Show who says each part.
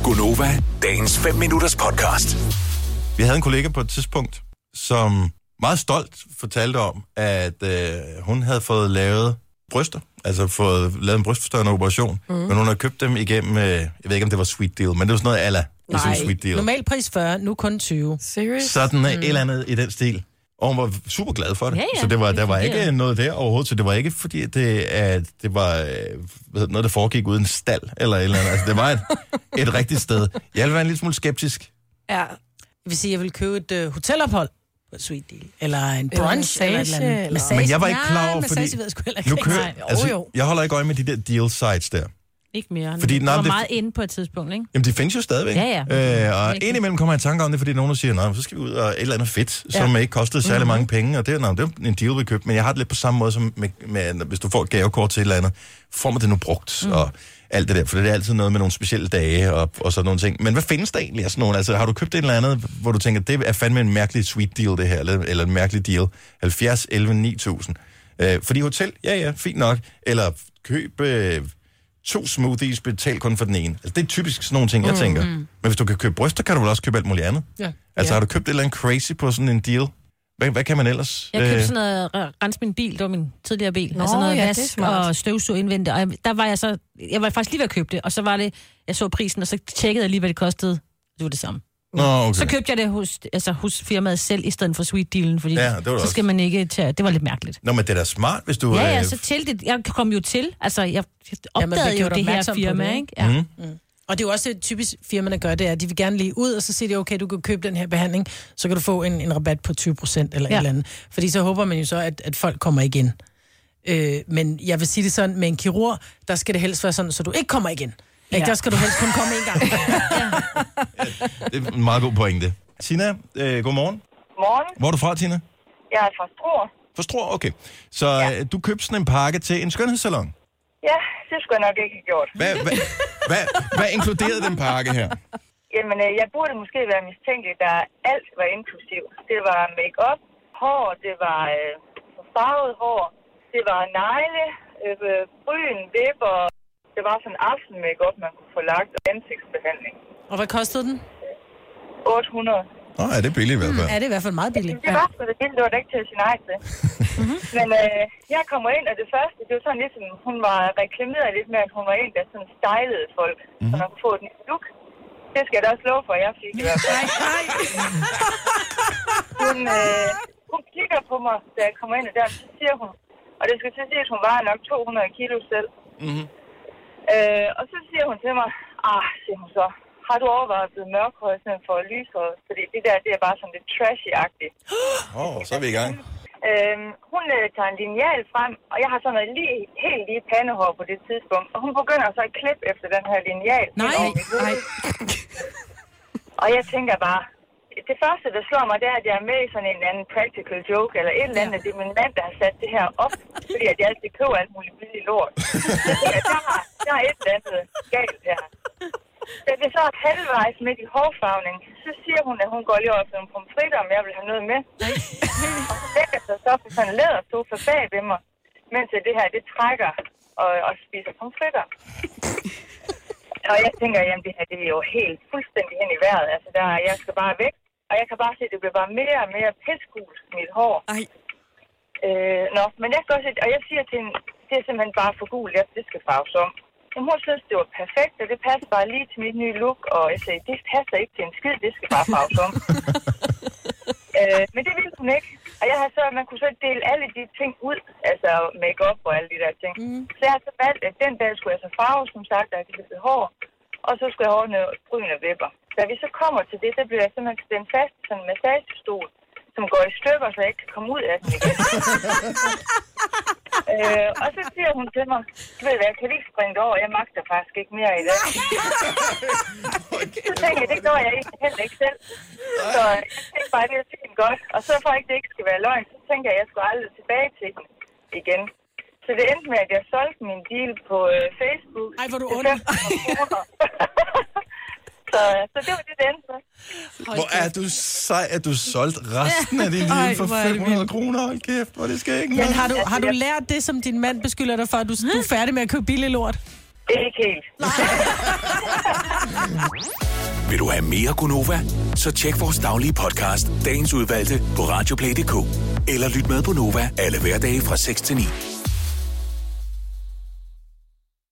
Speaker 1: Gonova, dagens 5 minutters podcast.
Speaker 2: Vi havde en kollega på et tidspunkt, som meget stolt fortalte om, at hun havde fået lavet bryster, altså fået lavet en brystforstørrende operation, men hun har købt dem igennem, jeg ved ikke om det var Sweet Deal, men det var sådan noget ala.
Speaker 3: Nej,
Speaker 2: Sweet Deal.
Speaker 3: Normal pris 40, nu kun 20.
Speaker 4: Serious?
Speaker 2: Sådan et eller andet i den stil. Og hun var super glad for det.
Speaker 5: Ja, ja.
Speaker 2: Så der var ikke noget der overhovedet. Så det var ikke fordi, det var noget, der foregik uden stald eller et eller andet. Altså, det var et rigtigt sted. Jeg ville være en lille smule skeptisk.
Speaker 4: Ja.
Speaker 3: Jeg vil sige, at jeg vil købe et hotelophold på et Sweet Deal. Eller en brunch. Eller et eller andet. Massage.
Speaker 2: Men jeg var ikke klar over, fordi...
Speaker 3: Massage ved jeg sgu heller ikke.
Speaker 2: Altså, jeg holder ikke øje med de der deal sites der.
Speaker 5: Ikke mere.
Speaker 2: Fordi,
Speaker 5: det var meget inde på et tidspunkt, ikke?
Speaker 2: Jamen, de findes jo stadigvæk.
Speaker 5: Ja.
Speaker 2: Og indimellem kommer jeg i tanke om det, fordi nogen siger, nej, så skal vi ud og et eller andet fedt, som ikke kostede særlig mange penge, og det er en deal, vi købte. Men jeg har det lidt på samme måde, som med hvis du får et gavekort til et eller andet, får man det nu brugt, og alt det der, for det er altid noget med nogle specielle dage, og sådan nogle ting. Men hvad findes der egentlig af sådan nogle? Altså, har du købt et eller andet, hvor du tænker, det er fandme en mærkelig sweet deal, det her, eller en mærkelig deal? 70, 11, 9000. Fordi hotel, ja, fint nok. Eller køb... 2 smoothies, betal kun for den ene. Altså, det er typisk sådan nogle ting, jeg tænker. Men hvis du kan købe bryster, kan du vel også købe alt muligt andet?
Speaker 3: Ja.
Speaker 2: Altså, har du købt et eller andet crazy på sådan en deal? Hvad kan man ellers?
Speaker 5: Jeg købte sådan noget, rense min bil, det var min tidligere bil.
Speaker 4: Nå,
Speaker 5: altså noget
Speaker 4: ja,
Speaker 5: vask og støvsug indvendigt. Og der var jeg var faktisk lige ved at købe det, og så var det, jeg så prisen, og så tjekkede jeg lige, hvad det kostede. Det var det samme.
Speaker 2: Nå, okay.
Speaker 5: Så købte jeg det hos firmaet selv, i stedet for Sweet Dealen, fordi så skal man ikke tage, det var lidt mærkeligt.
Speaker 2: Nå, men det er da smart, hvis du...
Speaker 5: Ja, så til det, jeg kom jo til, altså jeg opdagede jo det her firma, ikke? Ja.
Speaker 3: Og det er jo også et typisk firma, der gør det, at de vil gerne lige ud, og så siger de, okay, du kan købe den her behandling, så kan du få en rabat på 20% eller et eller andet. Fordi så håber man jo så, at folk kommer igen. Men jeg vil sige det sådan, med en kirurg, der skal det helst være sådan, så du ikke kommer igen. Ja. Der skal du helst kun komme en gang.
Speaker 2: Det er en meget god pointe. Tina, godmorgen.
Speaker 6: Godmorgen.
Speaker 2: Hvor er du fra, Tina?
Speaker 6: Jeg er fra Struer.
Speaker 2: Fra Struer, okay. Så du købte sådan en pakke til en skønhedssalon?
Speaker 6: Ja, det skulle jeg nok ikke have gjort.
Speaker 2: Hvad inkluderede den pakke her?
Speaker 6: Jamen, jeg burde måske være mistænkelig, da alt var inklusiv. Det var make-up, hår, det var farvet hår, det var negle, bryn, vipper. Det var sådan en aften-make-up, man kunne få lagt, og ansigtsbehandling.
Speaker 3: Og hvad kostede den?
Speaker 6: 800.
Speaker 2: Nå, er det billigt i hvert fald?
Speaker 3: Ja, det er i hvert fald meget billigt.
Speaker 6: Det var så det billigt, det var da ikke til at sige nej til. Men jeg kommer ind, og det første, det var sådan ligesom, hun var reklameret lidt med, at hun var en, der sådan stylede folk, så man kunne få et nyt look. Det skal jeg da også love for, at jeg fik i hvert fald. Hun kigger på mig, da jeg kommer ind, og der så siger hun, og det skal så sige, at hun vejer nok 200 kilo selv. Og så siger hun til mig, siger hun så, har du overvejet at blive mørkhåret i stedet for lyshåret? Fordi det der, det er bare sådan lidt trashy-agtigt.
Speaker 2: Så er vi i gang.
Speaker 6: Hun tager en lineal frem, og jeg har sådan noget helt lige pandehår på det tidspunkt. Og hun begynder så at klippe efter den her lineal.
Speaker 3: Nej.
Speaker 6: Og jeg tænker bare, det første, der slår mig, det er, at jeg er med i sådan en anden practical joke, eller et eller andet, at det er min mand, der har sat det her op, fordi at jeg altid køber alt muligt billigt lort. Der er et eller andet galt her. Da det så er halvvejs midt i hårfarvning, så siger hun, at hun går lige over til nogle pomfritter, om jeg vil have noget med. Og så lægger sig så på sådan en lædersofa bag ved mig, mens det her, det trækker og spiser pomfritter. Og jeg tænker, jamen det her, det er jo helt fuldstændig hen i vejret. Altså, jeg skal bare væk. Og jeg kan bare se, at det bliver bare mere og mere pissegult, mit hår. Men jeg skal også og jeg siger til hende, det er simpelthen bare for gult, det skal farves om. Jamen, hun synes, det var perfekt, og det passer bare lige til mit nye look. Og jeg sagde, det passer ikke til en skid, det skal bare farves om. Men det ville hun ikke. Og jeg har så, man kunne så dele alle de ting ud, altså make-up og alle de der ting. Så jeg har så valgt, at den dag skulle jeg så farve, som sagt, der er klippet hår. Og så skulle jeg ordne bryn og vipper. Da vi så kommer til det, så bliver jeg simpelthen stemt fast i sådan en massagestol, som går i stykker, så jeg ikke kan komme ud af den igen. Og så siger hun til mig, ved du hvad, kan vi ikke springe det over? Jeg magter faktisk ikke mere i dag. Så tænker jeg, det gør jeg heller ikke selv. Så jeg tænkte bare, det er fint godt. Og så for ikke det ikke skal være løgn, så tænker jeg, at jeg skulle aldrig tilbage til den igen. Så det endte med, at jeg solgte min deal på Facebook.
Speaker 3: Ej, hvor du ondt.
Speaker 6: Så det var det endte så.
Speaker 2: Hvor er du sej, at du solgte resten af din liv for 500 kroner. Hold kæft, hvor det skal ikke.
Speaker 3: Men har du lært det, som din mand beskylder dig for, at du er færdig med at købe billig lort?
Speaker 6: Ikke helt.
Speaker 1: Vil du have mere Gunova? Så tjek vores daglige podcast, dagens udvalgte, på radioplay.dk. Eller lyt med på Nova alle hverdage fra 6 til 9.